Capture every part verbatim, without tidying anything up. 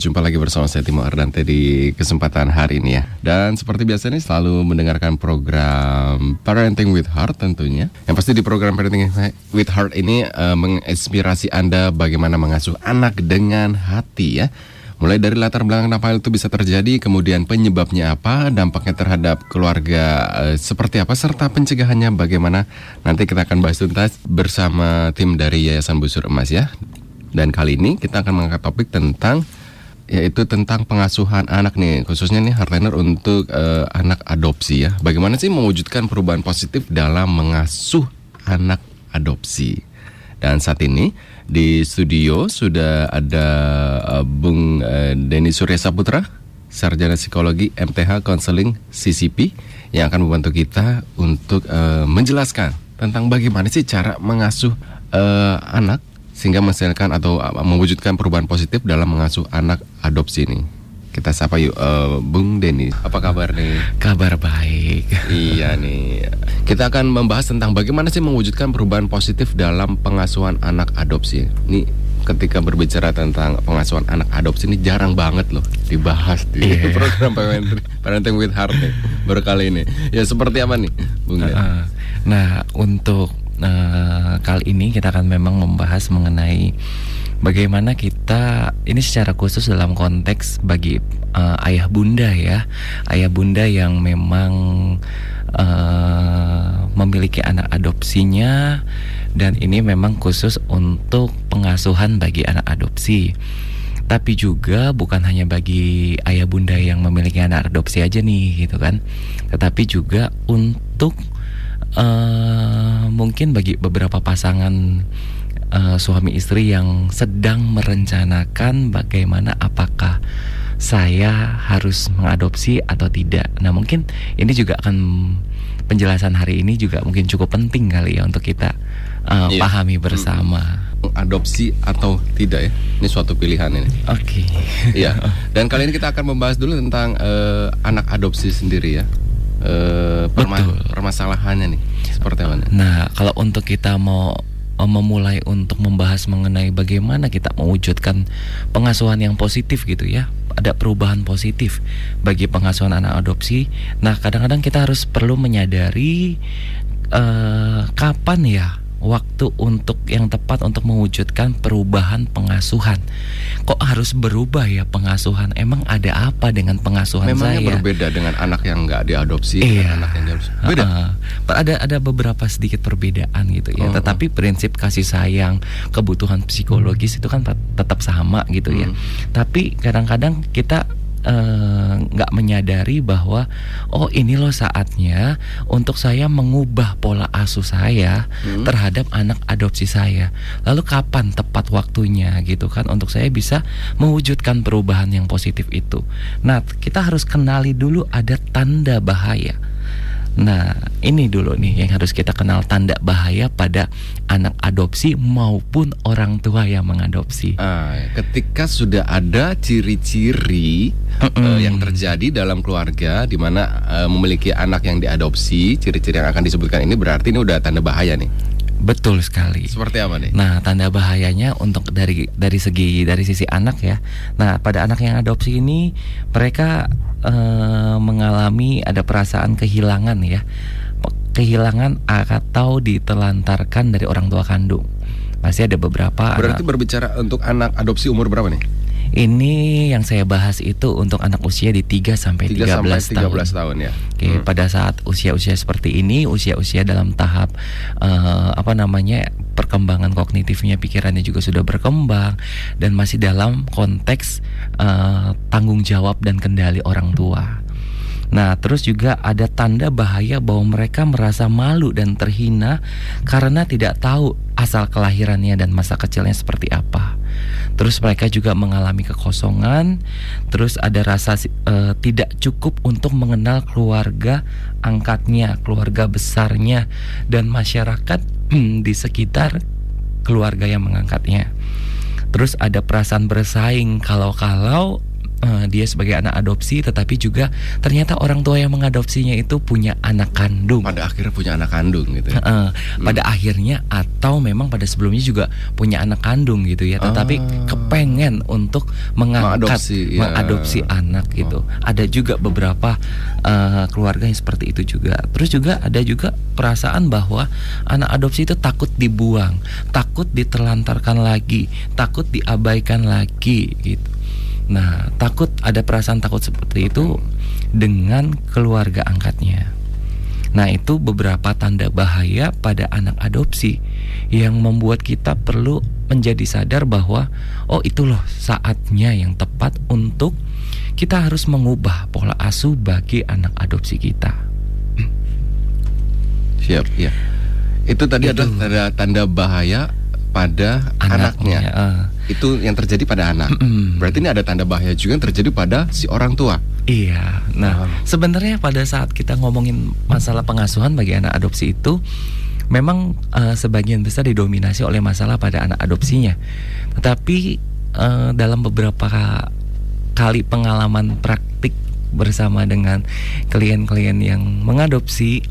Jumpa lagi bersama saya Timo Ardante di kesempatan hari ini ya. Dan seperti biasa nih selalu mendengarkan program Parenting with Heart tentunya. Yang pasti di program Parenting with Heart ini uh, menginspirasi Anda bagaimana mengasuh anak dengan hati ya. Mulai dari latar belakang kenapa hal itu bisa terjadi, kemudian penyebabnya apa, dampaknya terhadap keluarga uh, seperti apa, serta pencegahannya bagaimana. Nanti kita akan bahas tuntas bersama tim dari Yayasan Busur Emas ya. Dan kali ini kita akan mengangkat topik tentang yaitu tentang pengasuhan anak nih, khususnya nih Heartliner untuk uh, anak adopsi ya. Bagaimana sih mewujudkan perubahan positif dalam mengasuh anak adopsi? Dan saat ini di studio sudah ada uh, Bung uh, Denny Surya Saputra, Sarjana Psikologi M T H Counseling C C P, yang akan membantu kita untuk uh, menjelaskan tentang bagaimana sih cara mengasuh uh, anak sehingga menghasilkan atau mewujudkan perubahan positif dalam mengasuh anak adopsi ini. Kita sapa yuk uh, Bung Denny. Apa kabar nih? Kabar baik. Iya nih. Kita akan membahas tentang bagaimana sih mewujudkan perubahan positif dalam pengasuhan anak adopsi. Nih ketika berbicara tentang pengasuhan anak adopsi ini jarang banget loh dibahas di yeah. program Parenting with Heart nih baru kali ini. Ya seperti apa nih Bung Denny? Uh, nah untuk Uh, kali ini kita akan memang membahas mengenai bagaimana kita ini secara khusus dalam konteks bagi uh, ayah bunda ya, ayah bunda yang memang uh, memiliki anak adopsinya, dan ini memang khusus untuk pengasuhan bagi anak adopsi. Tapi juga bukan hanya bagi ayah bunda yang memiliki anak adopsi aja nih gitu kan, tetapi juga untuk Uh, mungkin bagi beberapa pasangan uh, suami istri yang sedang merencanakan bagaimana apakah saya harus mengadopsi atau tidak. Nah mungkin ini juga akan penjelasan hari ini juga mungkin cukup penting kali ya untuk kita uh, yeah. pahami bersama. Adopsi atau tidak ya, ini suatu pilihan ini. Oke. Okay. Iya. Dan kali ini kita akan membahas dulu tentang uh, anak adopsi sendiri ya. Uh, perma- permasalahannya nih seperti apa? Nah, kalau untuk kita mau memulai untuk membahas mengenai bagaimana kita mewujudkan pengasuhan yang positif gitu ya, ada perubahan positif bagi pengasuhan anak adopsi. Nah, kadang-kadang kita harus perlu menyadari uh, kapan ya waktu untuk yang tepat untuk mewujudkan perubahan pengasuhan. Kok harus berubah ya pengasuhan? Emang ada apa dengan pengasuhan Memangnya saya? Memangnya berbeda dengan anak yang nggak diadopsi, iya. anak yang diadopsi. Beda. Uh, ada ada beberapa sedikit perbedaan gitu ya. Oh, Tetapi oh. prinsip kasih sayang, kebutuhan psikologis itu kan tetap sama gitu ya. Hmm. Tapi kadang-kadang kita nggak uh, menyadari bahwa oh ini loh saatnya untuk saya mengubah pola asuh saya hmm. terhadap anak adopsi saya. Lalu kapan tepat waktunya gitu kan untuk saya bisa mewujudkan perubahan yang positif itu. Nah kita harus kenali dulu ada tanda bahaya. Nah ini dulu nih yang harus kita kenal, tanda bahaya pada anak adopsi maupun orang tua yang mengadopsi. ah, Ketika sudah ada ciri-ciri uh, yang terjadi dalam keluarga di mana uh, memiliki anak yang diadopsi, ciri-ciri yang akan disebutkan ini berarti ini udah tanda bahaya nih. Betul sekali. Seperti apa nih? Nah, tanda bahayanya untuk dari dari segi dari sisi anak ya. Nah, pada anak yang adopsi ini mereka uh, mengalami ada perasaan kehilangan ya. Kehilangan atau ditelantarkan dari orang tua kandung. Masih ada beberapa. Berarti anak, berbicara untuk anak adopsi umur berapa nih? Ini yang saya bahas itu untuk anak usia di tiga sampai tiga belas tahun ya. Oke, hmm. pada saat usia-usia seperti ini, usia-usia dalam tahap uh, apa namanya? perkembangan kognitifnya, pikirannya juga sudah berkembang dan masih dalam konteks uh, tanggung jawab dan kendali orang tua. Nah, terus juga ada tanda bahaya bahwa mereka merasa malu dan terhina karena tidak tahu asal kelahirannya dan masa kecilnya seperti apa. Terus mereka juga mengalami kekosongan. Terus ada rasa uh, tidak cukup untuk mengenal keluarga angkatnya, keluarga besarnya, dan masyarakat hmm, di sekitar keluarga yang mengangkatnya. Terus ada perasaan bersaing kalau-kalau uh, dia sebagai anak adopsi, tetapi juga ternyata orang tua yang mengadopsinya itu punya anak kandung. Pada akhirnya punya anak kandung gitu ya. Uh, hmm. Pada akhirnya atau memang pada sebelumnya juga punya anak kandung gitu ya, tetapi ah. kepengen untuk mengangkat, mengadopsi, ya. mengadopsi anak gitu. Oh. Ada juga beberapa uh, keluarga yang seperti itu juga. Terus juga ada juga perasaan bahwa anak adopsi itu takut dibuang, takut diterlantarkan lagi, takut diabaikan lagi gitu. Nah, takut, ada perasaan takut seperti itu dengan keluarga angkatnya. Nah, itu beberapa tanda bahaya pada anak adopsi yang membuat kita perlu menjadi sadar bahwa oh, itu loh saatnya yang tepat untuk kita harus mengubah pola asuh bagi anak adopsi kita. Siap, ya. Itu tadi itu. adalah tanda, tanda bahaya pada anaknya, anaknya. Uh. Itu yang terjadi pada anak. Mm-mm. Berarti ini ada tanda bahaya juga yang terjadi pada si orang tua. Iya. Nah, oh. sebenarnya pada saat kita ngomongin masalah pengasuhan bagi anak adopsi itu, memang uh, sebagian besar didominasi oleh masalah pada anak adopsinya. Tetapi uh, dalam beberapa kali pengalaman praktik bersama dengan klien-klien yang mengadopsi,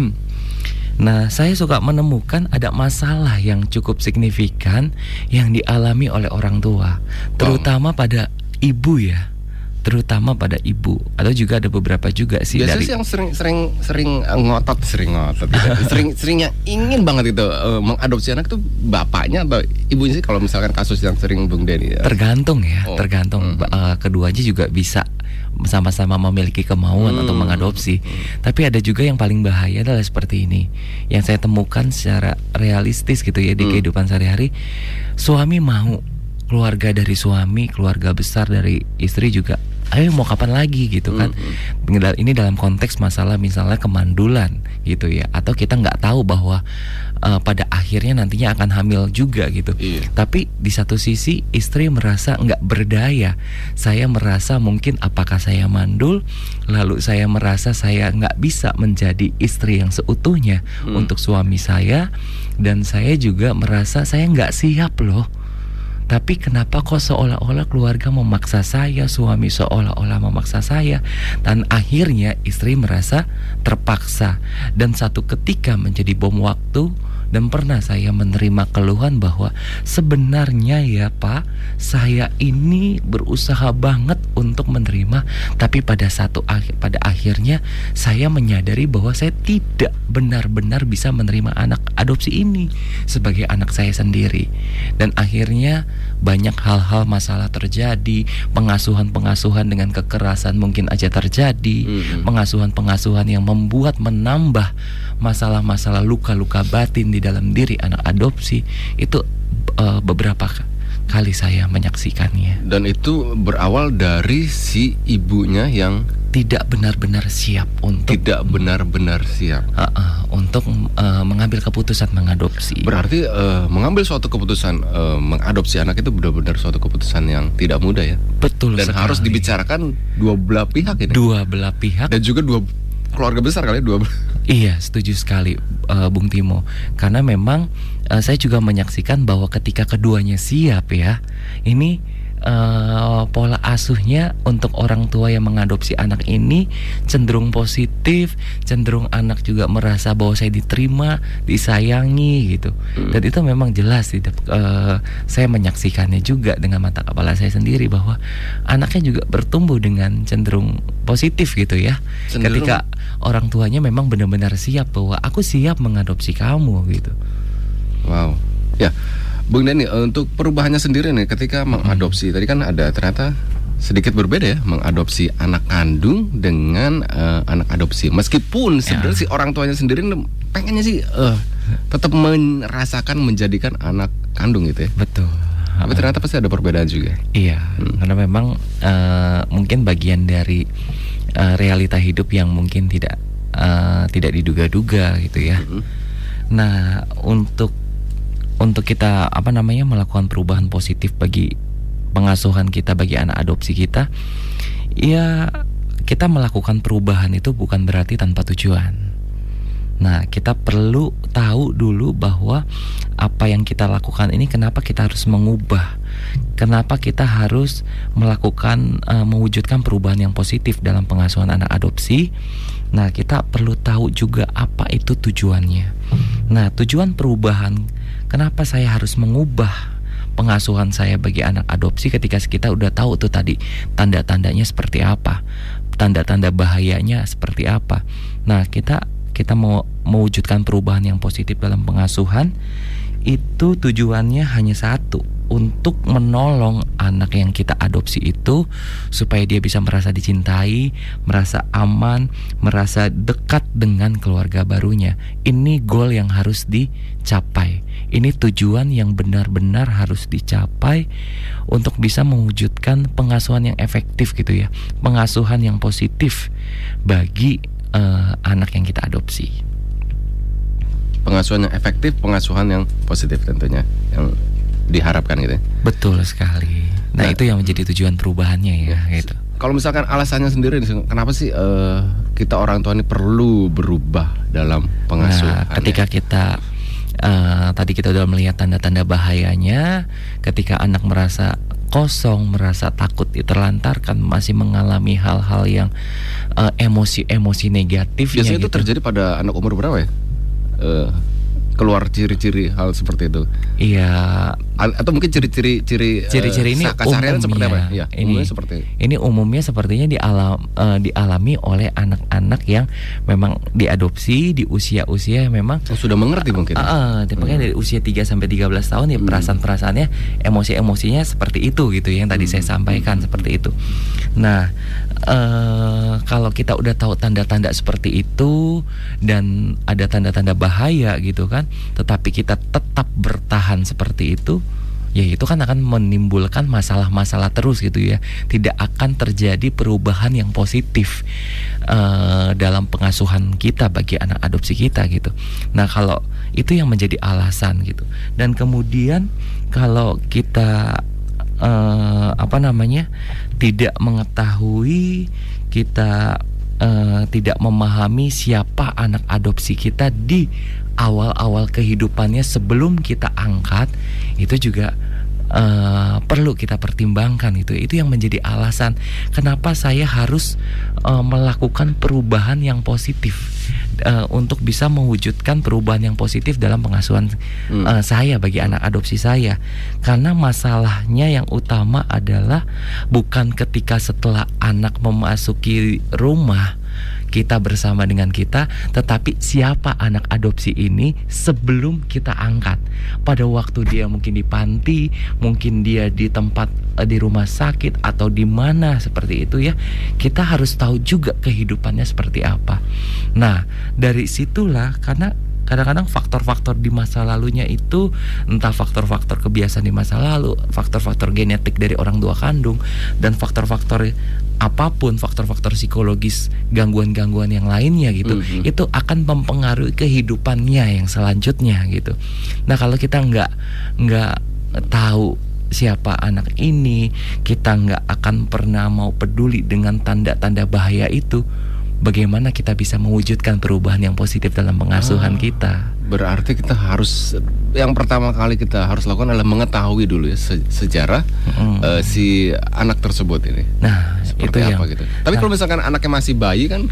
nah, saya suka menemukan ada masalah yang cukup signifikan yang dialami oleh orang tua, terutama pada ibu ya, terutama pada ibu, atau juga ada beberapa juga sih. Biasanya dari sih yang sering sering sering ngotot, sering ngotot, gitu. sering seringnya ingin banget itu uh, mengadopsi anak itu bapaknya atau ibunya sih, kalau misalkan kasus yang sering Bung Denny ya. Tergantung ya, oh. tergantung. Hmm. Uh, keduanya juga bisa sama-sama memiliki kemauan hmm. untuk mengadopsi. hmm. Tapi ada juga yang paling bahaya adalah seperti ini, yang saya temukan secara realistis gitu ya di hmm. kehidupan sehari-hari. Suami mau, keluarga dari suami, keluarga besar dari istri juga, ayo mau kapan lagi gitu kan. hmm. Ini dalam konteks masalah misalnya kemandulan gitu ya, atau kita nggak tahu bahwa uh, pada akhirnya nantinya akan hamil juga gitu. Iya. Tapi di satu sisi istri merasa nggak berdaya. Saya merasa mungkin apakah saya mandul, lalu saya merasa saya nggak bisa menjadi istri yang seutuhnya hmm. untuk suami saya, dan saya juga merasa saya nggak siap loh. Tapi kenapa kok seolah-olah keluarga memaksa saya, suami seolah-olah memaksa saya, dan akhirnya istri merasa terpaksa. Dan satu ketika menjadi bom waktu, dan pernah saya menerima keluhan bahwa sebenarnya ya Pak, saya ini berusaha banget untuk menerima, tapi pada satu akhir, pada akhirnya saya menyadari bahwa saya tidak benar-benar bisa menerima anak adopsi ini sebagai anak saya sendiri. Dan akhirnya banyak hal-hal masalah terjadi, pengasuhan-pengasuhan dengan kekerasan mungkin aja terjadi, mm-hmm. pengasuhan-pengasuhan yang membuat menambah masalah-masalah luka-luka batin di dalam diri anak adopsi. Itu uh, beberapa kali saya menyaksikannya. Dan itu berawal dari si ibunya yang tidak benar-benar siap untuk tidak benar-benar siap uh, uh, untuk uh, mengambil keputusan mengadopsi. Berarti uh, mengambil suatu keputusan uh, mengadopsi anak itu benar-benar suatu keputusan yang tidak mudah ya. Betul. Dan sekali. Harus dibicarakan dua belah pihak ini. Dua belah pihak. Dan juga dua keluarga besar kali dua. Iya, setuju sekali uh, Bung Timo. Karena memang uh, saya juga menyaksikan bahwa ketika keduanya siap ya, ini uh, pola asuhnya untuk orang tua yang mengadopsi anak ini cenderung positif, cenderung anak juga merasa bahwa saya diterima, disayangi gitu. Hmm. Dan itu memang jelas tidak. Uh, saya menyaksikannya juga dengan mata kepala saya sendiri bahwa anaknya juga bertumbuh dengan cenderung positif gitu ya. Cenderung. Ketika orang tuanya memang benar-benar siap bahwa aku siap mengadopsi kamu gitu. Wow. Ya, Bung Denny, untuk perubahannya sendiri nih ketika mengadopsi, hmm. tadi kan ada ternyata sedikit berbeda ya, mengadopsi anak kandung dengan uh, anak adopsi. Meskipun sebenarnya ya. si orang tuanya sendiri pengennya sih uh, tetap merasakan menjadikan anak kandung gitu ya. Betul. Tapi ternyata pasti ada perbedaan juga. Iya, hmm. karena memang uh, mungkin bagian dari uh, realita hidup yang mungkin tidak uh, tidak diduga-duga gitu ya. Hmm. Nah, untuk untuk kita apa namanya melakukan perubahan positif bagi pengasuhan kita, bagi anak adopsi kita, ya kita melakukan perubahan itu bukan berarti tanpa tujuan. Nah, kita perlu tahu dulu bahwa apa yang kita lakukan ini kenapa kita harus mengubah, kenapa kita harus melakukan uh, mewujudkan perubahan yang positif dalam pengasuhan anak adopsi. Nah, kita perlu tahu juga apa itu tujuannya. Nah, tujuan perubahan, kenapa saya harus mengubah pengasuhan saya bagi anak adopsi ketika kita udah tahu tuh tadi tanda-tandanya seperti apa, tanda-tanda bahayanya seperti apa. Nah, kita kita mau mewujudkan perubahan yang positif dalam pengasuhan, itu tujuannya hanya satu, untuk menolong anak yang kita adopsi itu supaya dia bisa merasa dicintai, merasa aman, merasa dekat dengan keluarga barunya. Ini goal yang harus dicapai. Ini tujuan yang benar-benar harus dicapai untuk bisa mewujudkan pengasuhan yang efektif gitu ya, pengasuhan yang positif bagi uh, anak yang kita adopsi. Pengasuhan yang efektif, pengasuhan yang positif tentunya yang diharapkan gitu ya. Betul sekali. Nah, nah itu yang menjadi tujuan perubahannya ya, ya gitu. Kalau misalkan alasannya sendiri, kenapa sih uh, kita orang tua ini perlu berubah dalam pengasuhan? Nah, ketika kita uh, tadi kita udah melihat tanda-tanda bahayanya, ketika anak merasa kosong, merasa takut diterlantarkan, masih mengalami hal-hal yang uh, emosi-emosi negatif. Biasanya gitu. Itu terjadi pada anak umur berapa ya? Uh, keluar ciri-ciri hal seperti itu. Iya. Atau mungkin ciri-ciri ciri ciri-ciri ini kasarnya seperti apa? Ya, ya, ini umumnya seperti ini umumnya sepertinya dialam, uh, dialami oleh anak-anak yang memang diadopsi di usia-usia yang memang oh, sudah mengerti mungkin. Heeh, uh, uh, hmm. dari usia tiga sampai tiga belas tahun ya, hmm. perasaan-perasaannya, emosi-emosinya seperti itu gitu yang tadi hmm. saya sampaikan, hmm. seperti itu. Nah, uh, kalau kita udah tahu tanda-tanda seperti itu dan ada tanda-tanda bahaya gitu kan, tetapi kita tetap bertahan seperti itu, ya itu kan akan menimbulkan masalah-masalah terus gitu ya. Tidak akan terjadi perubahan yang positif uh, dalam pengasuhan kita bagi anak adopsi kita gitu. Nah, kalau itu yang menjadi alasan gitu. Dan kemudian kalau kita uh, apa namanya tidak mengetahui, kita uh, tidak memahami siapa anak adopsi kita di awal-awal kehidupannya sebelum kita angkat, itu juga uh, perlu kita pertimbangkan itu. Itu yang menjadi alasan kenapa saya harus uh, melakukan perubahan yang positif uh, untuk bisa mewujudkan perubahan yang positif dalam pengasuhan hmm. uh, saya bagi anak adopsi saya. Karena masalahnya yang utama adalah bukan ketika setelah anak memasuki rumah kita bersama dengan kita, tetapi siapa anak adopsi ini sebelum kita angkat. Pada waktu dia mungkin di panti, mungkin dia di tempat di rumah sakit atau di mana seperti itu ya. Kita harus tahu juga kehidupannya seperti apa. Nah, dari situlah, karena kadang-kadang faktor-faktor di masa lalunya itu, entah faktor-faktor kebiasaan di masa lalu, faktor-faktor genetik dari orang tua kandung, dan faktor-faktor apapun, faktor-faktor psikologis, gangguan-gangguan yang lainnya gitu, mm-hmm. itu akan mempengaruhi kehidupannya yang selanjutnya gitu. Nah, kalau kita nggak nggak tahu siapa anak ini, kita nggak akan pernah mau peduli dengan tanda-tanda bahaya itu, bagaimana kita bisa mewujudkan perubahan yang positif dalam pengasuhan ah, kita? Berarti kita harus, yang pertama kali kita harus lakukan adalah mengetahui dulu ya se- sejarah mm. uh, si anak tersebut ini. Nah, seperti itu apa yang, gitu. Tapi nah, kalau misalkan anaknya masih bayi kan,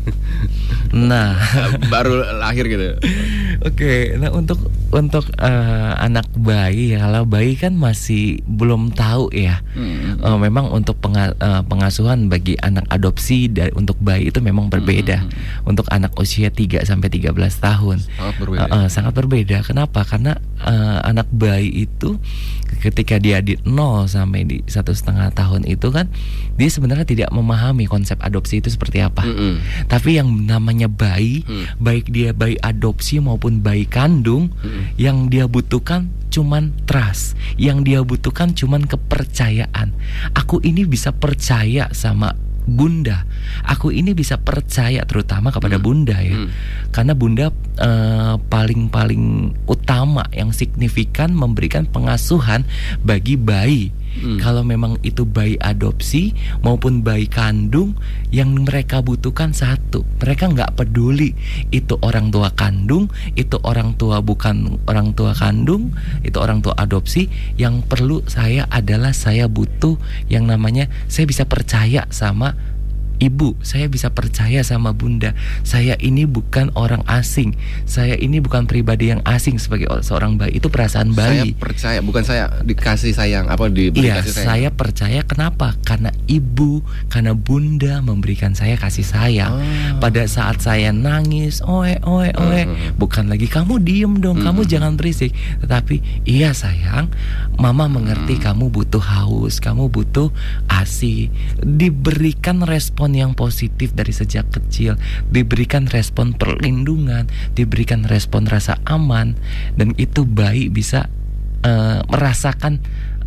nah baru lahir gitu. Oke, okay, nah untuk untuk uh, anak bayi ya, kalau bayi kan masih belum tahu ya. Hmm. Uh, memang untuk penga, uh, pengasuhan bagi anak adopsi dari untuk bayi itu memang berbeda. Hmm. Untuk anak usia tiga sampai tiga belas tahun. Sangat berbeda. Uh, uh, sangat berbeda. Kenapa? Karena uh, anak bayi itu ketika dia di nol sampai di satu setengah tahun itu kan, dia sebenarnya tidak memahami konsep adopsi itu seperti apa. Hmm. Tapi yang namanya bayi, hmm. baik dia bayi adopsi maupun bayi kandung, hmm. yang dia butuhkan cuman trust, yang dia butuhkan cuman kepercayaan. Aku ini bisa percaya sama bunda, aku ini bisa percaya terutama kepada hmm. bunda ya, hmm. karena bunda uh, paling-paling utama yang signifikan memberikan pengasuhan bagi bayi hmm. kalau memang itu bayi adopsi maupun bayi kandung, yang mereka butuhkan satu, mereka nggak peduli itu orang tua kandung, itu orang tua bukan orang tua kandung, itu orang tua adopsi. Yang perlu saya adalah saya butuh yang namanya saya bisa percaya sama ibu, saya bisa percaya sama bunda. Saya ini bukan orang asing, saya ini bukan pribadi yang asing sebagai seorang bayi. Itu perasaan bayi. Saya percaya, bukan saya dikasih sayang apa diberi iya, kasih sayang. Saya percaya. Kenapa? Karena ibu, karena bunda memberikan saya kasih sayang. oh. Pada saat saya nangis, oe oe oe, hmm. bukan lagi kamu diem dong, hmm. kamu jangan berisik, tetapi iya sayang, mama mengerti hmm. kamu butuh haus, kamu butuh ASI. Diberikan respon yang positif dari sejak kecil, diberikan respon perlindungan, diberikan respon rasa aman, dan itu bayi bisa uh, merasakan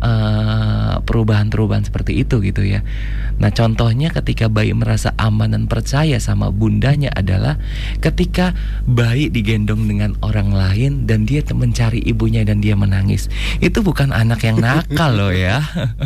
uh, perubahan-perubahan seperti itu gitu ya. Nah, contohnya ketika bayi merasa aman dan percaya sama bundanya adalah ketika bayi digendong dengan orang lain dan dia mencari ibunya dan dia menangis. Itu bukan anak yang nakal loh ya.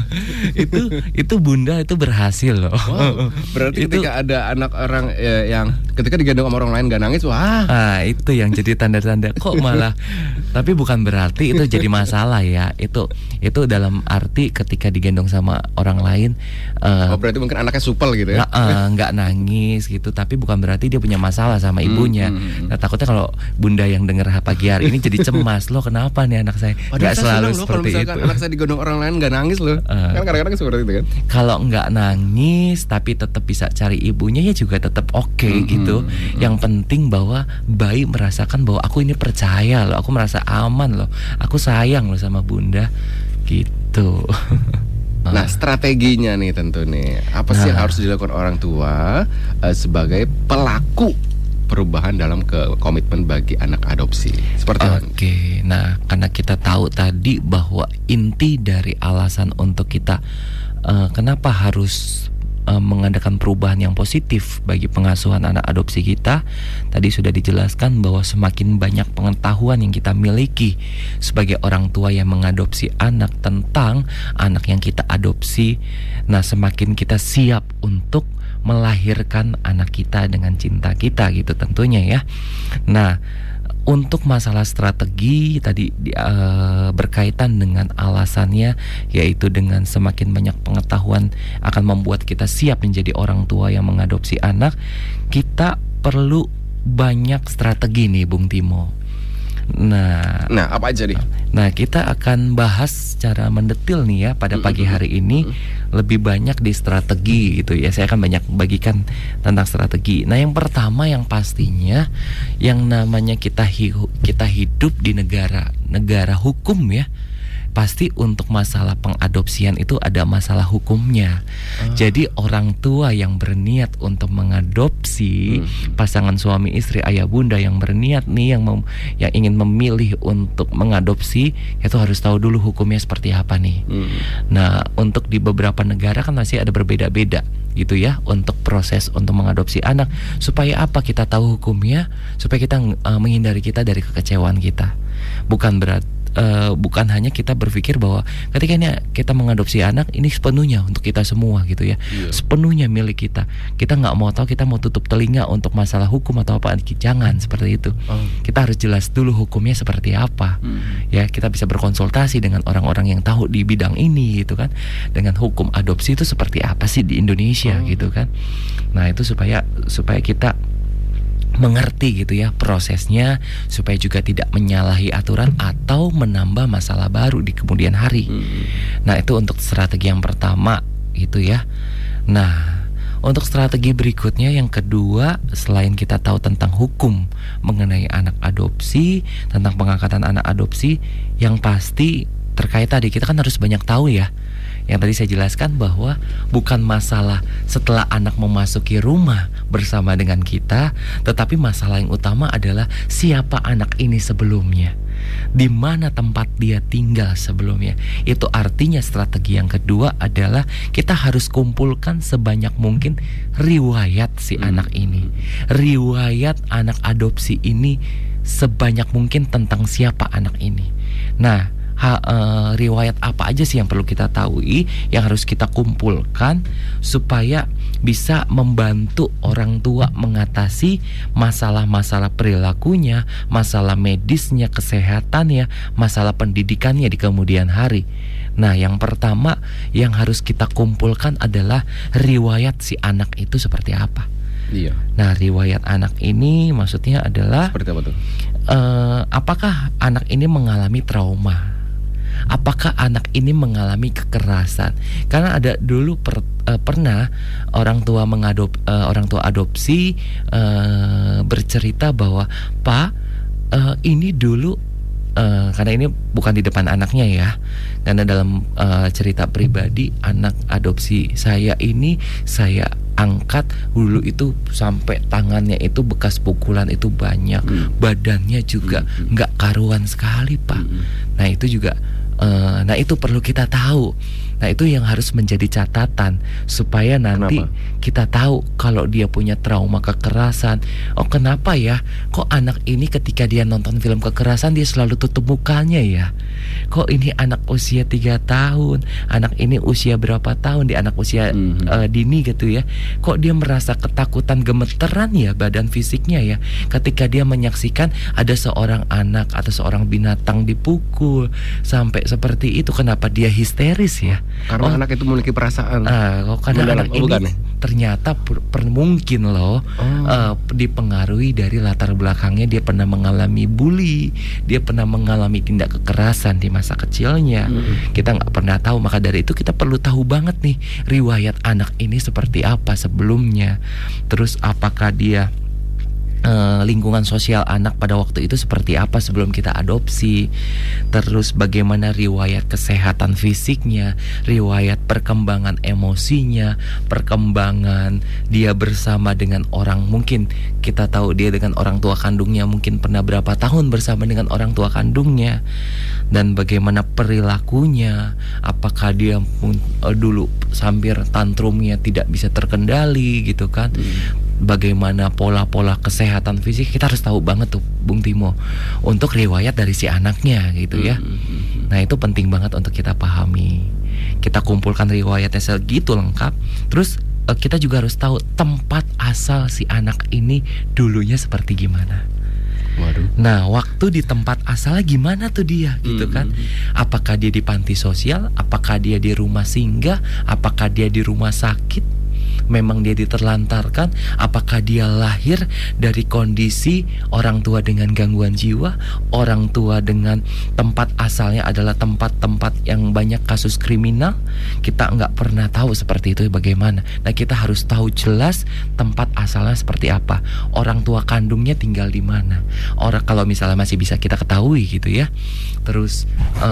itu itu bunda itu berhasil loh. Wow, berarti itu, ketika ada anak orang ya, yang ketika digendong sama orang lain gak nangis, wah. Ah, itu yang jadi tanda-tanda kok malah. Tapi bukan berarti itu jadi masalah ya. Itu itu dalam arti ketika digendong sama orang lain. Uh, oh, berarti mungkin anaknya supel gitu ya? Nggak uh, nangis gitu, tapi bukan berarti dia punya masalah sama ibunya. Hmm, hmm, Nah, takutnya kalau bunda yang dengar pagi hari ini jadi cemas, loh kenapa nih anak saya? Nggak selalu loh, seperti kalau itu. Anak saya digendong orang lain nggak nangis loh. Uh, kan kadang-kadang seperti itu kan? Kalau nggak nangis tapi tetap bisa cari ibunya ya juga tetap oke okay, hmm, gitu. Hmm, yang penting bahwa bayi merasakan bahwa aku ini percaya loh, aku merasa aman loh, aku sayang loh sama bunda gitu. Nah, strateginya nih tentu nih, apa sih nah. yang harus dilakukan orang tua uh, sebagai pelaku perubahan dalam ke komitmen bagi anak adopsi? Seperti apa? Oke, okay. Nah karena kita tahu tadi bahwa inti dari alasan untuk kita uh, kenapa harus uh, mengadakan perubahan yang positif bagi pengasuhan anak adopsi kita, tadi sudah dijelaskan bahwa semakin banyak pengetahuan yang kita miliki sebagai orang tua yang mengadopsi anak tentang anak yang kita adopsi, nah semakin kita siap untuk melahirkan anak kita dengan cinta kita gitu tentunya ya. Nah, untuk masalah strategi tadi uh, berkaitan dengan alasannya, yaitu dengan semakin banyak pengetahuan akan membuat kita siap menjadi orang tua yang mengadopsi anak. Kita perlu banyak strategi nih Bung Timo. Nah, nah apa aja nih? Nah, kita akan bahas secara mendetil nih ya pada pagi hari ini, lebih banyak di strategi gitu ya. Saya akan banyak bagikan tentang strategi. Nah, yang pertama yang pastinya yang namanya kita hi- kita hidup di negara negara hukum ya. Pasti untuk masalah pengadopsian itu ada masalah hukumnya. Oh. Jadi orang tua yang berniat untuk mengadopsi, hmm. pasangan suami istri ayah bunda yang berniat nih yang mem- yang ingin memilih untuk mengadopsi, itu harus tahu dulu hukumnya seperti apa nih. Hmm. Nah, untuk di beberapa negara kan masih ada berbeda-beda gitu ya untuk proses untuk mengadopsi anak. Supaya apa? Kita tahu hukumnya, supaya kita uh, menghindari kita dari kekecewaan kita. Bukan berat Uh, bukan hanya kita berpikir bahwa ketika ini kita mengadopsi anak ini sepenuhnya untuk kita semua gitu ya, yeah. sepenuhnya milik kita. Kita nggak mau tahu, kita mau tutup telinga untuk masalah hukum atau apa, jangan seperti itu. Oh. Kita harus jelas dulu hukumnya seperti apa. Hmm. Ya, kita bisa berkonsultasi dengan orang-orang yang tahu di bidang ini gitu kan. Dengan hukum adopsi itu seperti apa sih di Indonesia oh. gitu kan. Nah, itu supaya supaya kita mengerti gitu ya prosesnya, supaya juga tidak menyalahi aturan atau menambah masalah baru di kemudian hari. Hmm. Nah, itu untuk strategi yang pertama gitu ya. Nah, untuk strategi berikutnya yang kedua, selain kita tahu tentang hukum mengenai anak adopsi, tentang pengangkatan anak adopsi, yang pasti terkait tadi kita kan harus banyak tahu ya. Yang tadi saya jelaskan bahwa bukan masalah setelah anak memasuki rumah bersama dengan kita, tetapi masalah yang utama adalah siapa anak ini sebelumnya, di mana tempat dia tinggal sebelumnya. Itu artinya strategi yang kedua adalah kita harus kumpulkan sebanyak mungkin riwayat si hmm. anak ini, riwayat anak adopsi ini sebanyak mungkin tentang siapa anak ini. Nah, ha, uh, riwayat apa aja sih yang perlu kita tahu, yang harus kita kumpulkan supaya bisa membantu orang tua mengatasi masalah-masalah perilakunya, masalah medisnya, kesehatannya, masalah pendidikannya di kemudian hari. Nah, yang pertama yang harus kita kumpulkan adalah riwayat si anak itu seperti apa. Iya. Nah, riwayat anak ini maksudnya adalah seperti apa tuh? Uh, apakah anak ini mengalami trauma? Apakah anak ini mengalami kekerasan? Karena ada dulu per, uh, pernah orang tua mengadop uh, orang tua adopsi uh, bercerita bahwa Pak, uh, ini dulu uh, karena ini bukan di depan anaknya ya, karena dalam uh, cerita pribadi anak adopsi saya ini saya angkat dulu itu sampai tangannya itu bekas pukulan itu banyak, hmm. badannya juga nggak hmm. karuan sekali Pak. Hmm. Nah itu juga Uh, nah itu perlu kita tahu. Nah itu yang harus menjadi catatan supaya nanti kenapa? Kita tahu kalau dia punya trauma kekerasan. Oh kenapa ya? Kok anak ini ketika dia nonton film kekerasan dia selalu tutup mukanya ya? Kok ini anak usia tiga tahun, anak ini usia berapa tahun, di anak usia mm-hmm. uh, dini gitu ya? Kok dia merasa ketakutan, gemeteran ya badan fisiknya ya? Ketika dia menyaksikan ada seorang anak atau seorang binatang dipukul sampai seperti itu, kenapa dia histeris ya? Karena oh, anak itu memiliki perasaan. Ah, uh, karena anak ini bukan, ya? Ternyata per, per, mungkin loh oh. uh, dipengaruhi dari latar belakangnya, dia pernah mengalami bully, dia pernah mengalami tindak kekerasan di masa kecilnya. Hmm. Kita nggak pernah tahu, maka dari itu kita perlu tahu banget nih riwayat anak ini seperti apa sebelumnya. Terus apakah dia Uh, lingkungan sosial anak pada waktu itu seperti apa sebelum kita adopsi. Terus bagaimana riwayat kesehatan fisiknya, riwayat perkembangan emosinya, perkembangan dia bersama dengan orang, mungkin kita tahu dia dengan orang tua kandungnya mungkin pernah berapa tahun bersama dengan orang tua kandungnya. Dan bagaimana perilakunya, apakah dia pun, uh, dulu hampir tantrumnya tidak bisa terkendali gitu kan. hmm. Bagaimana pola-pola kesehatan fisik, kita harus tahu banget tuh Bung Timo untuk riwayat dari si anaknya gitu ya. Nah itu penting banget untuk kita pahami. Kita kumpulkan riwayatnya segitu lengkap. Terus kita juga harus tahu tempat asal si anak ini dulunya seperti gimana. Waduh. Nah waktu di tempat asalnya gimana tuh dia gitu kan. Apakah dia di panti sosial, apakah dia di rumah singgah, apakah dia di rumah sakit, memang dia diterlantarkan, apakah dia lahir dari kondisi orang tua dengan gangguan jiwa, orang tua dengan tempat asalnya adalah tempat-tempat yang banyak kasus kriminal. Kita nggak pernah tahu seperti itu bagaimana. Nah kita harus tahu jelas tempat asalnya seperti apa, orang tua kandungnya tinggal di mana, orang kalau misalnya masih bisa kita ketahui gitu ya. Terus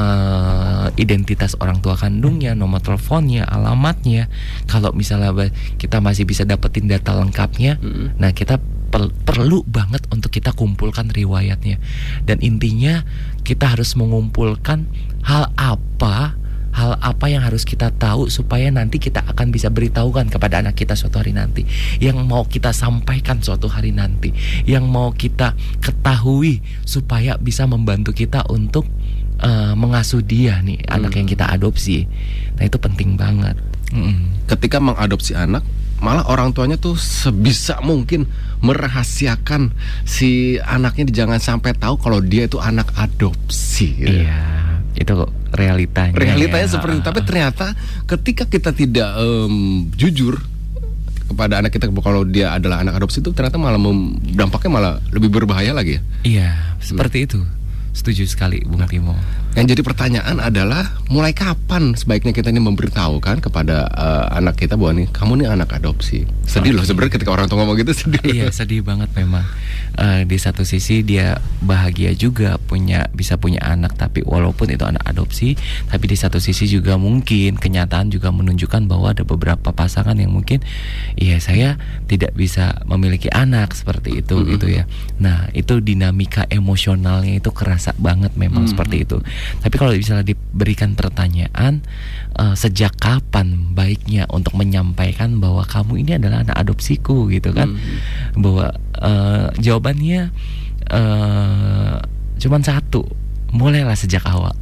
uh, identitas orang tua kandungnya, nomor teleponnya, alamatnya. Kalau misalnya kita masih bisa dapetin data lengkapnya, mm-hmm. nah kita per- perlu banget untuk kita kumpulkan riwayatnya. Dan intinya kita harus mengumpulkan hal apa, hal apa yang harus kita tahu supaya nanti kita akan bisa beritahukan kepada anak kita suatu hari nanti, yang mau kita sampaikan suatu hari nanti, yang mau kita ketahui supaya bisa membantu kita untuk uh, mengasuh dia nih, mm. anak yang kita adopsi. Nah itu penting banget. Mm-mm. Ketika mengadopsi anak, malah orang tuanya tuh sebisa mungkin merahasiakan si anaknya, jangan sampai tahu kalau dia itu anak adopsi gitu. Iya, itu realitanya. Realitanya ya. seperti itu. Tapi ternyata ketika kita tidak um, jujur kepada anak kita kalau dia adalah anak adopsi, itu ternyata malah mem- dampaknya malah lebih berbahaya lagi ya. Iya, seperti hmm. itu. Setuju sekali Bung Timo. Yang jadi pertanyaan adalah mulai kapan sebaiknya kita ini memberitahukan kepada uh, anak kita bahwa nih kamu nih anak adopsi. Sedih oh, loh sebenarnya ketika orang tua ngomong gitu, sedih. Iya sedih banget memang. Uh, di satu sisi dia bahagia juga punya bisa punya anak, tapi walaupun itu anak adopsi, tapi di satu sisi juga mungkin kenyataan juga menunjukkan bahwa ada beberapa pasangan yang mungkin iya saya tidak bisa memiliki anak seperti itu mm-hmm. gitu ya. Nah itu dinamika emosionalnya itu kerasa banget memang mm-hmm. seperti itu. Tapi kalau misalnya diberikan pertanyaan uh, sejak kapan baiknya untuk menyampaikan bahwa kamu ini adalah anak adopsiku gitu kan, hmm. bahwa uh, jawabannya uh, cuman satu, mulailah sejak awal.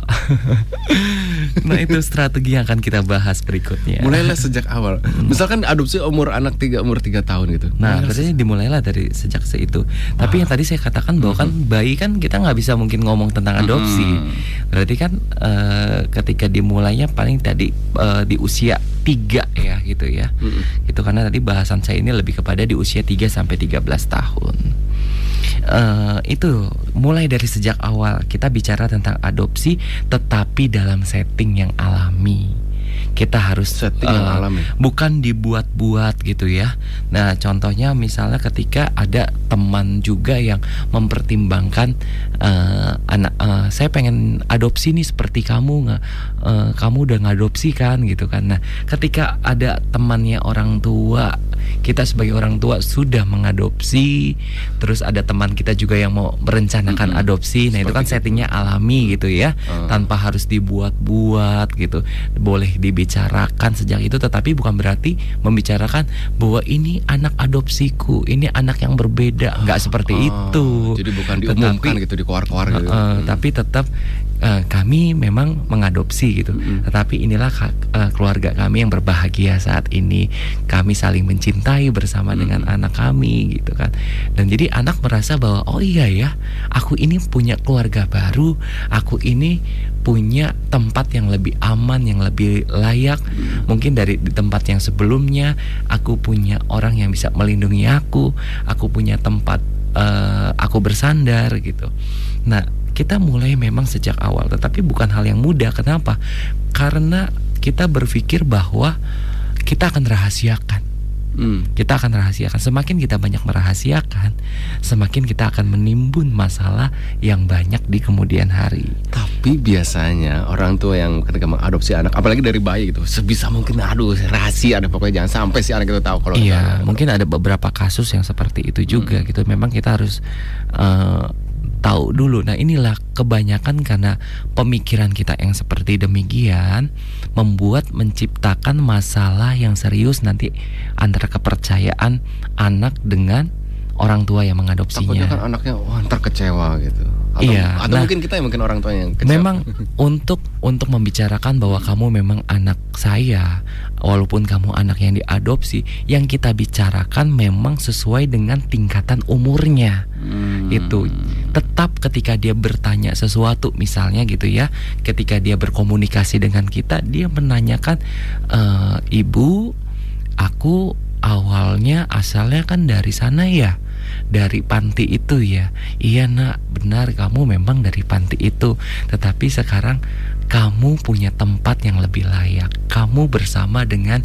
Nah itu strategi yang akan kita bahas berikutnya. Mulailah sejak awal. Misalkan adopsi umur anak tiga umur tiga tahun gitu. Nah berarti dimulailah dari sejak seitu. Tapi ah. yang tadi saya katakan bahwa kan bayi kan kita nggak bisa mungkin ngomong tentang adopsi. Mm-hmm. Berarti kan uh, ketika dimulainya paling tadi uh, di usia tiga ya gitu ya. Mm-hmm. Itu karena tadi bahasan saya ini lebih kepada di usia tiga sampai tiga belas tahun. Uh, itu mulai dari sejak awal kita bicara tentang adopsi, tetapi dalam setting yang alami. Kita harus setting uh, yang alami, bukan dibuat-buat gitu ya. Nah contohnya misalnya ketika ada teman juga yang mempertimbangkan uh, anak uh, saya pengen adopsi nih seperti kamu nggak, uh, kamu udah ngadopsi kan gitu kan. Nah ketika ada temannya orang tua, kita sebagai orang tua sudah mengadopsi, terus ada teman kita juga yang mau merencanakan mm-hmm. adopsi. Nah seperti itu kan settingnya alami gitu ya, uh. tanpa harus dibuat-buat gitu. Boleh dibicarakan sejak itu, tetapi bukan berarti membicarakan bahwa ini anak adopsiku, ini anak yang berbeda. Nggak seperti uh, itu. Jadi bukan diumumkan tetapi, gitu di keluar-keluar gitu. Uh, uh, hmm. Tapi tetap uh, kami memang mengadopsi gitu. Hmm. Tetapi inilah uh, keluarga kami yang berbahagia saat ini. Kami saling mencintai bersama hmm. dengan anak kami gitu kan. Dan jadi anak merasa bahwa oh iya ya, aku ini punya keluarga baru, aku ini punya tempat yang lebih aman, yang lebih layak. Mungkin dari di tempat yang sebelumnya aku punya orang yang bisa melindungi aku, aku punya tempat uh, aku bersandar gitu. Nah kita mulai memang sejak awal, tetapi bukan hal yang mudah. Kenapa? Karena kita berpikir bahwa kita akan rahasiakan. Hmm. Kita akan rahasiakan. Semakin kita banyak merahasiakan, semakin kita akan menimbun masalah yang banyak di kemudian hari. Tapi biasanya orang tua yang ketika mengadopsi anak, apalagi dari bayi gitu, sebisa mungkin aduh rahasia, ada pokoknya jangan sampai si anak itu tahu kalau. Iya, mungkin ada beberapa kasus yang seperti itu juga hmm. gitu. Memang kita harus uh, tahu dulu. Nah inilah kebanyakan karena pemikiran kita yang seperti demikian membuat menciptakan masalah yang serius nanti antara kepercayaan anak dengan orang tua yang mengadopsinya. Takutnya kan anaknya wah ntar kecewa gitu. Atau, iya, atau nah, mungkin kita yang mungkin orang tua yang kecewa. Memang untuk untuk membicarakan bahwa kamu memang anak saya, walaupun kamu anak yang diadopsi, yang kita bicarakan memang sesuai dengan tingkatan umurnya. Hmm. Itu tetap ketika dia bertanya sesuatu misalnya gitu ya, ketika dia berkomunikasi dengan kita, dia menanyakan e, ibu, aku awalnya asalnya kan dari sana ya, dari panti itu ya. Iya nak, benar kamu memang dari panti itu. Tetapi sekarang kamu punya tempat yang lebih layak. Kamu bersama dengan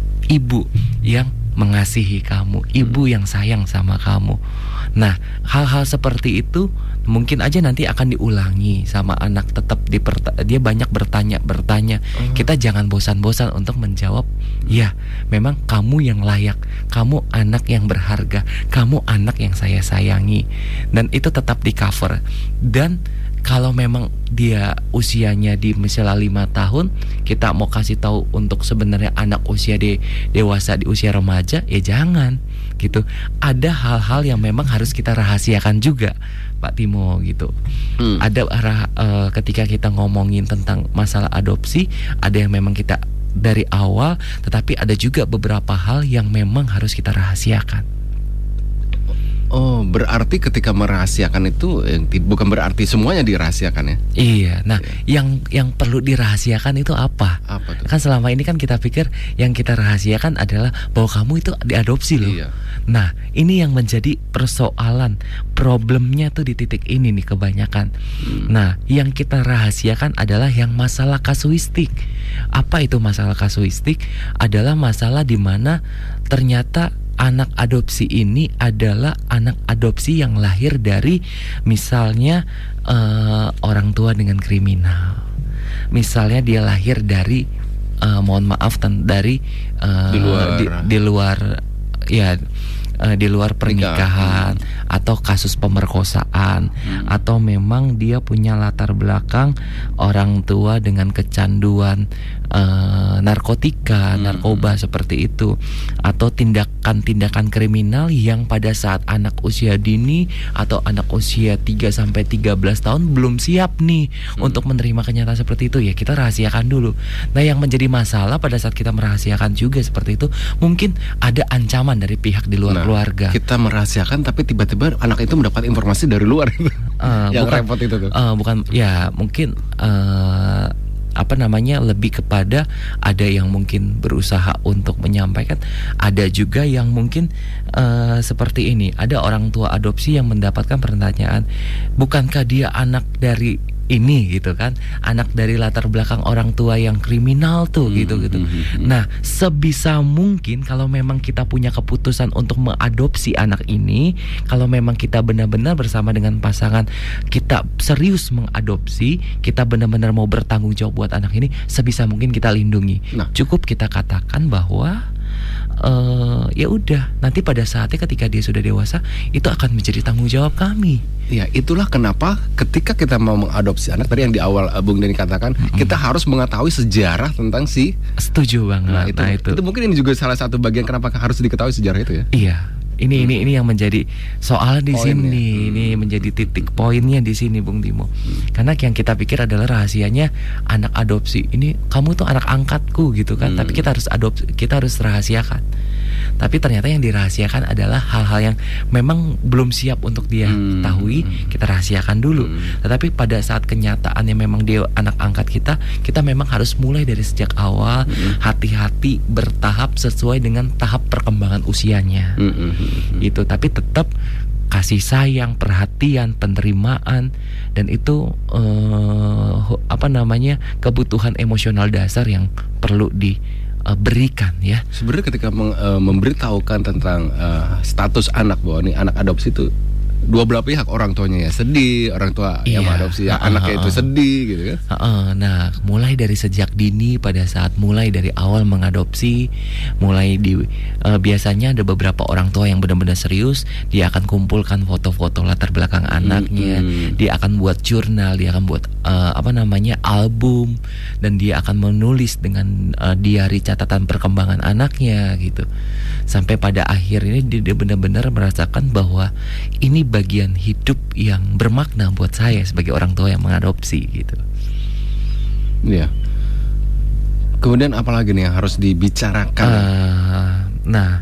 ibu yang mengasihi kamu, ibu yang sayang sama kamu. Nah, hal-hal seperti itu mungkin aja nanti akan diulangi sama anak. Tetap diperta- dia banyak bertanya bertanya. Uh. Kita jangan bosan-bosan untuk menjawab. Ya, memang kamu yang layak. Kamu anak yang berharga. Kamu anak yang saya sayangi. Dan itu tetap di cover. Dan kalau memang dia usianya di misalnya lima tahun, kita mau kasih tahu untuk sebenarnya anak usia de, dewasa di usia remaja, ya jangan gitu. Ada hal-hal yang memang harus kita rahasiakan juga, Pak Timo gitu. Hmm. Ada arah uh, ketika kita ngomongin tentang masalah adopsi, ada yang memang kita dari awal, tetapi ada juga beberapa hal yang memang harus kita rahasiakan. Oh, berarti ketika merahasiakan itu eh, bukan berarti semuanya dirahasiakan ya? Iya. Nah, iya. yang yang perlu dirahasiakan itu apa? Apa tuh? Kan selama ini kan kita pikir yang kita rahasiakan adalah bahwa kamu itu diadopsi loh. Iya. Nah, ini yang menjadi persoalan, problemnya tuh di titik ini nih kebanyakan. Hmm. Nah, yang kita rahasiakan adalah yang masalah kasuistik. Apa itu masalah kasuistik? Adalah masalah di mana ternyata anak adopsi ini adalah anak adopsi yang lahir dari misalnya uh, orang tua dengan kriminal. Misalnya dia lahir dari uh, mohon maaf dari uh, di luar di, di luar ya uh, di luar pernikahan hmm. atau kasus pemerkosaan hmm. atau memang dia punya latar belakang orang tua dengan kecanduan uh, narkotika, hmm. narkoba seperti itu, atau tindakan-tindakan kriminal yang pada saat anak usia dini atau anak usia tiga sampai tiga belas tahun belum siap nih hmm. untuk menerima kenyataan seperti itu, ya kita rahasiakan dulu. Nah, yang menjadi masalah pada saat kita merahasiakan juga seperti itu, mungkin ada ancaman dari pihak di luar nah, keluarga. Kita merahasiakan tapi tiba-tiba anak itu mendapat informasi dari luar itu. Uh, yang bukan, repot itu tuh. Uh, bukan ya mungkin uh, apa namanya lebih kepada ada yang mungkin berusaha untuk menyampaikan, ada juga yang mungkin uh, seperti ini, ada orang tua adopsi yang mendapatkan pertanyaan, bukankah dia anak dari ini gitu kan, anak dari latar belakang orang tua yang kriminal tuh gitu gitu. Nah, sebisa mungkin kalau memang kita punya keputusan untuk mengadopsi anak ini, kalau memang kita benar-benar bersama dengan pasangan kita serius mengadopsi, kita benar-benar mau bertanggung jawab buat anak ini, sebisa mungkin kita lindungi. Nah, cukup kita katakan bahwa Uh, ya udah, nanti pada saatnya ketika dia sudah dewasa itu akan menjadi tanggung jawab kami. Ya, itulah kenapa ketika kita mau mengadopsi anak, tadi yang di awal uh, Bung Denny katakan, mm-hmm. kita harus mengetahui sejarah tentang si. Setuju banget. Nah, itu, nah, itu. itu mungkin ini juga salah satu bagian kenapa harus diketahui sejarah itu ya. Iya. Ini hmm. ini ini yang menjadi soal di Poinnya. sini. Hmm. Ini menjadi titik poinnya di sini, Bung Timo. Hmm. Karena yang kita pikir adalah rahasianya anak adopsi. Ini kamu tuh anak angkatku gitu kan. Hmm. Tapi kita harus adopsi, kita harus rahasiakan. Tapi ternyata yang dirahasiakan adalah hal-hal yang memang belum siap untuk dia hmm. ketahui, kita rahasiakan dulu. Hmm. Tetapi pada saat kenyataannya memang dia anak angkat kita, kita memang harus mulai dari sejak awal, hmm. hati-hati, bertahap sesuai dengan tahap perkembangan usianya. Hmm. Itu, tapi tetap kasih sayang, perhatian, penerimaan, dan itu uh, apa namanya kebutuhan emosional dasar yang perlu di Uh, berikan ya. Sebenarnya ketika meng, uh, memberitahukan tentang uh, status anak bahwa ini anak adopsi itu dua belah pihak, orang tuanya ya sedih, orang tua iya. yang mengadopsi ya, uh, anaknya uh, itu sedih gitu kan. Uh, uh, nah, mulai dari sejak dini, pada saat mulai dari awal mengadopsi, mulai di uh, biasanya ada beberapa orang tua yang benar-benar serius, dia akan kumpulkan foto-foto latar belakang anaknya, hmm. dia akan buat jurnal, dia akan buat uh, apa namanya album, dan dia akan menulis dengan uh, diari catatan perkembangan anaknya gitu. Sampai pada akhir ini dia benar-benar merasakan bahwa ini bagian hidup yang bermakna buat saya sebagai orang tua yang mengadopsi gitu. Iya. Kemudian apa lagi nih yang harus dibicarakan? Uh, nah,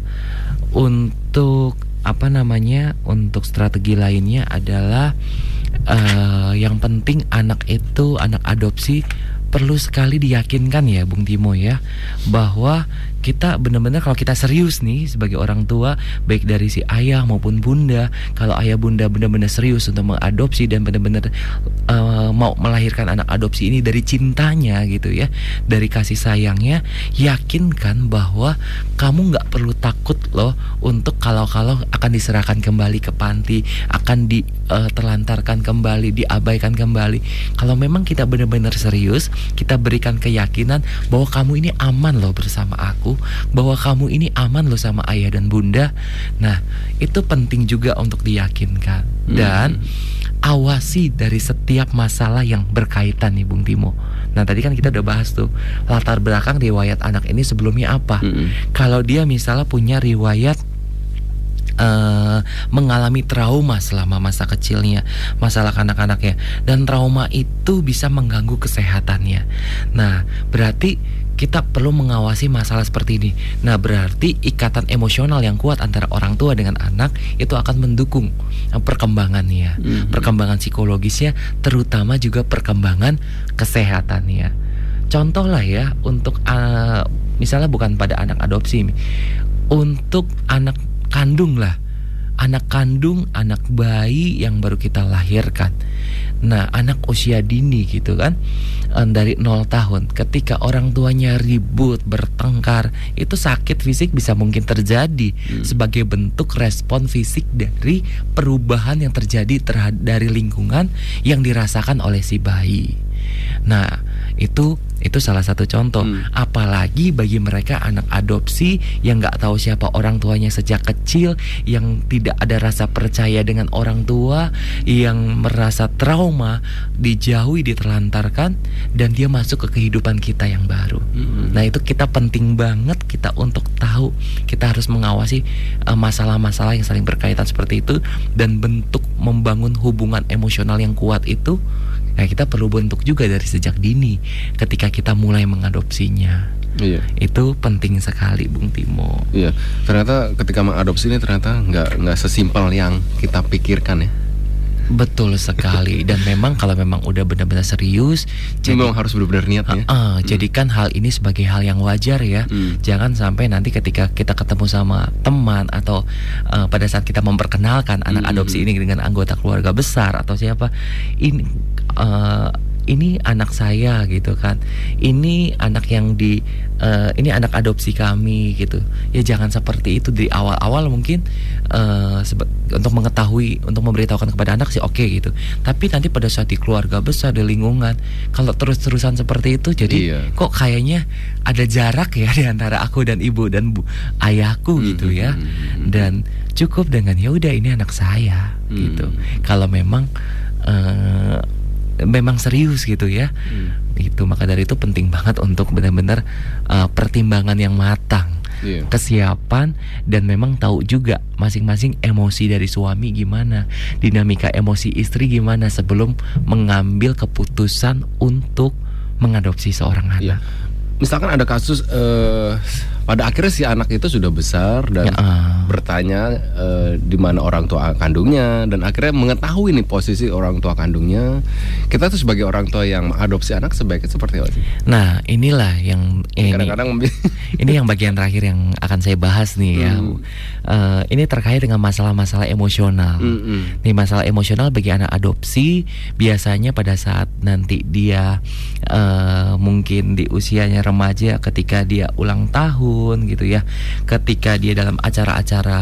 untuk apa namanya? Untuk strategi lainnya adalah uh, yang penting anak itu, anak adopsi perlu sekali diyakinkan ya Bung Timo ya, bahwa kita benar-benar kalau kita serius nih sebagai orang tua, baik dari si ayah maupun bunda, kalau ayah bunda benar-benar serius untuk mengadopsi dan benar-benar uh, mau melahirkan anak adopsi ini dari cintanya gitu ya, dari kasih sayangnya, yakinkan bahwa kamu nggak perlu takut loh untuk kalau-kalau akan diserahkan kembali ke panti, akan diterlantarkan uh, kembali, diabaikan kembali. Kalau memang kita benar-benar serius, kita berikan keyakinan bahwa kamu ini aman loh bersama aku, bahwa kamu ini aman loh sama ayah dan bunda. Nah, itu penting juga untuk diyakinkan. Dan hmm. awasi dari setiap masalah yang berkaitan nih Bung Timo. Nah, tadi kan kita udah bahas tuh latar belakang riwayat anak ini sebelumnya apa. Hmm. Kalau dia misalnya punya riwayat Uh, mengalami trauma selama masa kecilnya, masalah kanak-kanaknya, dan trauma itu bisa mengganggu kesehatannya. Nah, berarti kita perlu mengawasi masalah seperti ini. Nah, berarti ikatan emosional yang kuat antara orang tua dengan anak itu akan mendukung perkembangannya, mm-hmm. perkembangan psikologisnya, terutama juga perkembangan kesehatannya. Contoh lah ya, untuk uh, misalnya bukan pada anak adopsi, untuk anak kandung lah, anak kandung, anak bayi yang baru kita lahirkan. Nah, anak usia dini gitu kan, dari nol tahun, ketika orang tuanya ribut, bertengkar, itu sakit fisik bisa mungkin terjadi hmm. sebagai bentuk respon fisik dari perubahan yang terjadi terhadap dari lingkungan yang dirasakan oleh si bayi. Nah, Itu itu salah satu contoh. hmm. Apalagi bagi mereka anak adopsi yang nggak tahu siapa orang tuanya sejak kecil, yang tidak ada rasa percaya dengan orang tua, yang merasa trauma, dijauhi, diterlantarkan, dan dia masuk ke kehidupan kita yang baru. hmm. Nah itu kita penting banget kita untuk tahu, kita harus mengawasi uh, masalah-masalah yang saling berkaitan seperti itu, dan bentuk membangun hubungan emosional yang kuat itu, nah kita perlu bentuk juga dari sejak dini ketika kita mulai mengadopsinya. Iya. Itu penting sekali, Bung Timo. Iya. Ternyata ketika mengadopsi ini ternyata nggak nggak sesimpel yang kita pikirkan ya. Betul sekali. Dan memang kalau memang udah benar-benar serius, jadi memang harus benar-benar niat ya. Uh, uh, hmm. Jadikan hal ini sebagai hal yang wajar ya. Hmm. Jangan sampai nanti ketika kita ketemu sama teman atau uh, pada saat kita memperkenalkan hmm. anak adopsi ini dengan anggota keluarga besar atau siapa, ini uh, ini anak saya gitu kan, ini anak yang di uh, ini anak adopsi kami gitu ya. Jangan seperti itu di awal-awal mungkin uh, sebe- untuk mengetahui, untuk memberitahukan kepada anak sih oke okay, gitu. Tapi nanti pada saat di keluarga besar, di lingkungan, kalau terus-terusan seperti itu, jadi iya. kok kayaknya ada jarak ya di antara aku dan ibu dan bu, ayahku hmm, gitu ya. Hmm, dan cukup dengan ya udah ini anak saya hmm. gitu. Kalau memang uh, memang serius gitu ya. hmm. Itu maka dari itu penting banget untuk benar-benar uh, pertimbangan yang matang, yeah. kesiapan, dan memang tahu juga masing-masing emosi dari suami gimana, dinamika emosi istri gimana sebelum mengambil keputusan untuk mengadopsi seorang anak. yeah. Misalkan ada kasus uh, pada akhirnya si anak itu sudah besar dan ya, uh. bertanya uh, di mana orang tua kandungnya, dan akhirnya mengetahui nih posisi orang tua kandungnya. Kita tuh sebagai orang tua yang mengadopsi anak sebaiknya seperti apa sih? Nah inilah yang ini, kadang-kadang ini yang bagian terakhir yang akan saya bahas nih ya. hmm. uh, Ini terkait dengan masalah-masalah emosional. hmm. Nih masalah emosional bagi anak adopsi biasanya pada saat nanti dia uh, mungkin di usianya remaja, ketika dia ulang tahun gitu ya, ketika dia dalam acara-acara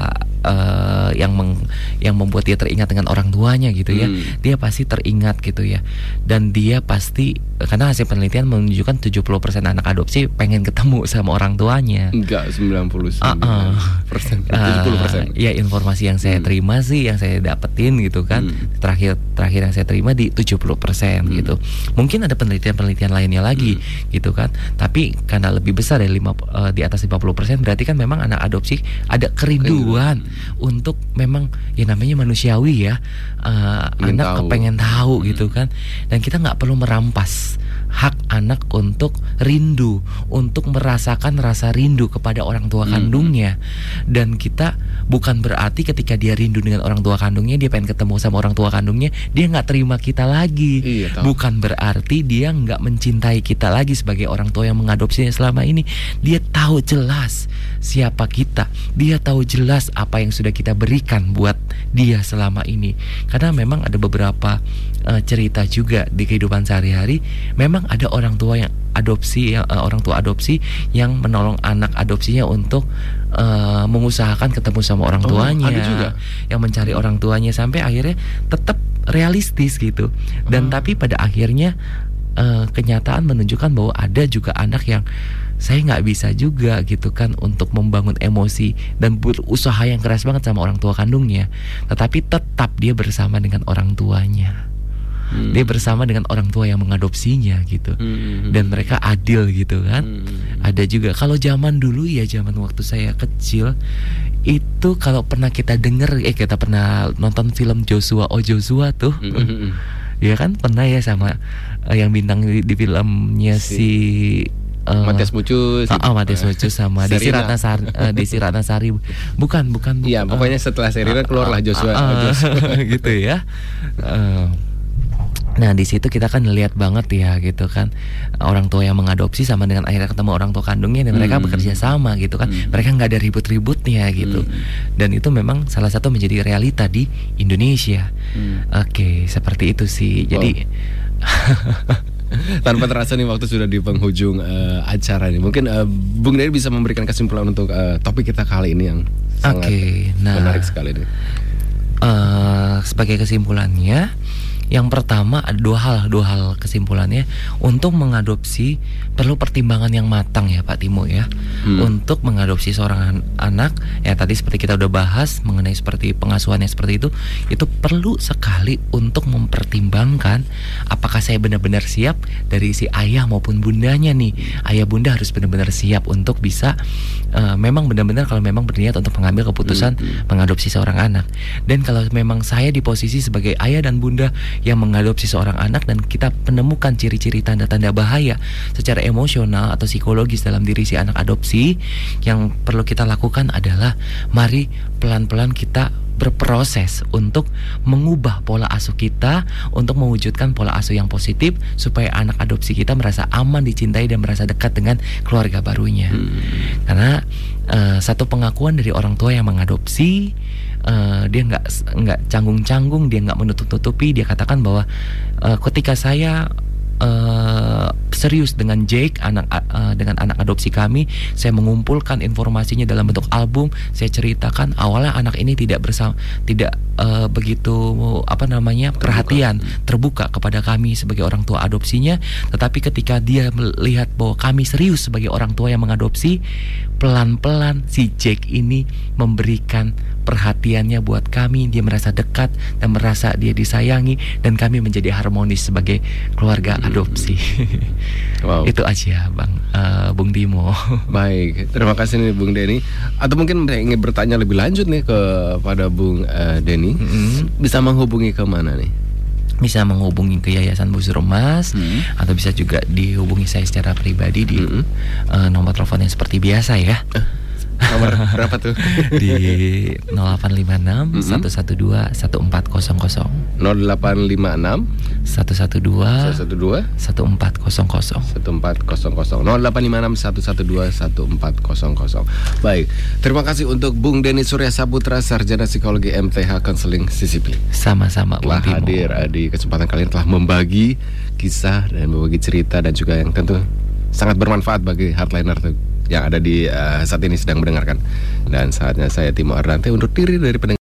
uh, yang meng, yang membuat dia teringat dengan orang tuanya gitu ya, hmm. dia pasti teringat gitu ya. Dan dia pasti, karena hasil penelitian menunjukkan tujuh puluh persen anak adopsi pengen ketemu sama orang tuanya. Enggak, sembilan puluh sembilan persen. Uh, uh, tujuh puluh persen. Uh, ya informasi yang saya hmm. terima sih, yang saya dapetin gitu kan, hmm. terakhir terakhir yang saya terima di tujuh puluh persen hmm. gitu. Mungkin ada penelitian-penelitian lainnya lagi hmm. gitu kan. Tapi karena lebih besar dari lima, uh, di atas lima puluh persen, berarti kan memang anak adopsi ada kerinduan hmm. untuk memang ya namanya manusiawi ya, uh, anak tahu. kepengen tahu hmm. gitu kan. Dan kita nggak perlu merampas hak anak untuk rindu, untuk merasakan rasa rindu kepada orang tua kandungnya. Dan kita bukan berarti ketika dia rindu dengan orang tua kandungnya, dia pengen ketemu sama orang tua kandungnya, dia nggak terima kita lagi. Iya, bukan berarti dia nggak mencintai kita lagi sebagai orang tua yang mengadopsinya selama ini. Dia tahu jelas siapa kita, dia tahu jelas apa yang sudah kita berikan buat dia selama ini. Karena memang ada beberapa uh, cerita juga di kehidupan sehari-hari, memang ada orang tua yang adopsi, yang, uh, orang tua adopsi yang menolong anak adopsinya untuk uh, mengusahakan ketemu sama orang tuanya, oh, ada juga yang mencari orang tuanya sampai akhirnya tetap realistis gitu. Dan hmm. tapi pada akhirnya uh, kenyataan menunjukkan bahwa ada juga anak yang saya nggak bisa juga gitu kan untuk membangun emosi dan berusaha yang keras banget sama orang tua kandungnya, tetapi tetap dia bersama dengan orang tuanya. Hmm. Dia bersama dengan orang tua yang mengadopsinya gitu. hmm. Dan mereka adil gitu kan. hmm. Ada juga kalau zaman dulu ya, zaman waktu saya kecil itu, kalau pernah kita denger, eh kita pernah nonton film Joshua Oh Joshua tuh. hmm. Ya kan pernah ya, sama uh, yang bintang di, di filmnya si, si Uh, Matias Mucus, uh, uh, Matias Mucus sama Desi Ratnasari, uh, Desi Ratnasari, bukan, bukan, iya, uh, pokoknya setelah Serina uh, keluarlah Joshua, uh, uh, Joshua. Gitu ya. Uh, Nah di situ kita kan lihat banget ya gitu kan, orang tua yang mengadopsi sama dengan akhirnya ketemu orang tua kandungnya, dan mereka hmm. bekerja sama gitu kan. hmm. Mereka nggak ada ribut-ributnya gitu. hmm. Dan itu memang salah satu menjadi realita di Indonesia. hmm. Oke, seperti itu sih. Jadi oh. Tanpa terasa nih waktu sudah di penghujung uh, acara nih. Mungkin uh, Bung Dery bisa memberikan kesimpulan untuk uh, topik kita kali ini yang sangat okay, nah, menarik sekali nih. Uh, sebagai kesimpulannya, Yang pertama ada dua hal, dua hal kesimpulannya. Untuk mengadopsi perlu pertimbangan yang matang ya Pak Timo ya. Hmm. Untuk mengadopsi seorang an- anak, ya tadi seperti kita udah bahas mengenai seperti pengasuhan yang seperti itu, itu perlu sekali untuk mempertimbangkan apakah saya benar-benar siap dari si ayah maupun bundanya nih. Ayah bunda harus benar-benar siap untuk bisa uh, memang benar-benar kalau memang berniat untuk mengambil keputusan hmm. mengadopsi seorang anak. Dan kalau memang saya di posisi sebagai ayah dan bunda yang mengadopsi seorang anak dan kita menemukan ciri-ciri tanda-tanda bahaya secara emosional atau psikologis dalam diri si anak adopsi, yang perlu kita lakukan adalah mari pelan-pelan kita berproses untuk mengubah pola asuh kita untuk mewujudkan pola asuh yang positif supaya anak adopsi kita merasa aman, dicintai dan merasa dekat dengan keluarga barunya. Hmm. Karena uh, satu pengakuan dari orang tua yang mengadopsi, uh, dia nggak nggak canggung-canggung, dia nggak menutup-tutupi, dia katakan bahwa uh, ketika saya Uh, serius dengan Jake, anak uh, dengan anak adopsi kami, saya mengumpulkan informasinya dalam bentuk album. Saya ceritakan awalnya anak ini tidak bersama, tidak uh, begitu apa namanya terbuka. perhatian, terbuka kepada kami sebagai orang tua adopsinya. Tetapi ketika dia melihat bahwa kami serius sebagai orang tua yang mengadopsi, pelan-pelan si Jake ini memberikan perhatiannya buat kami. Dia merasa dekat dan merasa dia disayangi, dan kami menjadi harmonis sebagai keluarga adopsi. Wow. Itu aja Bang, uh, Bung Timo. Baik, terima kasih nih Bung Denny. Atau mungkin ingin bertanya lebih lanjut nih kepada Bung uh, Denny, mm-hmm. bisa menghubungi ke mana nih? Bisa menghubungi ke Yayasan Busur Emas, hmm. atau bisa juga dihubungi saya secara pribadi di hmm. uh, nomor telepon yang seperti biasa ya. Nomor berapa tuh? Di nol delapan lima enam satu satu dua satu empat nol nol. nol delapan lima enam satu satu dua satu dua satu empat nol nol. satu empat nol nol. nol delapan lima enam satu satu dua satu empat nol nol. Baik, terima kasih untuk Bung Denny Surya Saputra, Sarjana Psikologi M T H Counseling C C P. Sama-sama telah hadir di kesempatan kalian, telah membagi kisah dan membagi cerita dan juga yang tentu sangat bermanfaat bagi hardliner tuh yang ada di uh, saat ini sedang mendengarkan. Dan saatnya saya Timo Ardante undur diri dari pendengar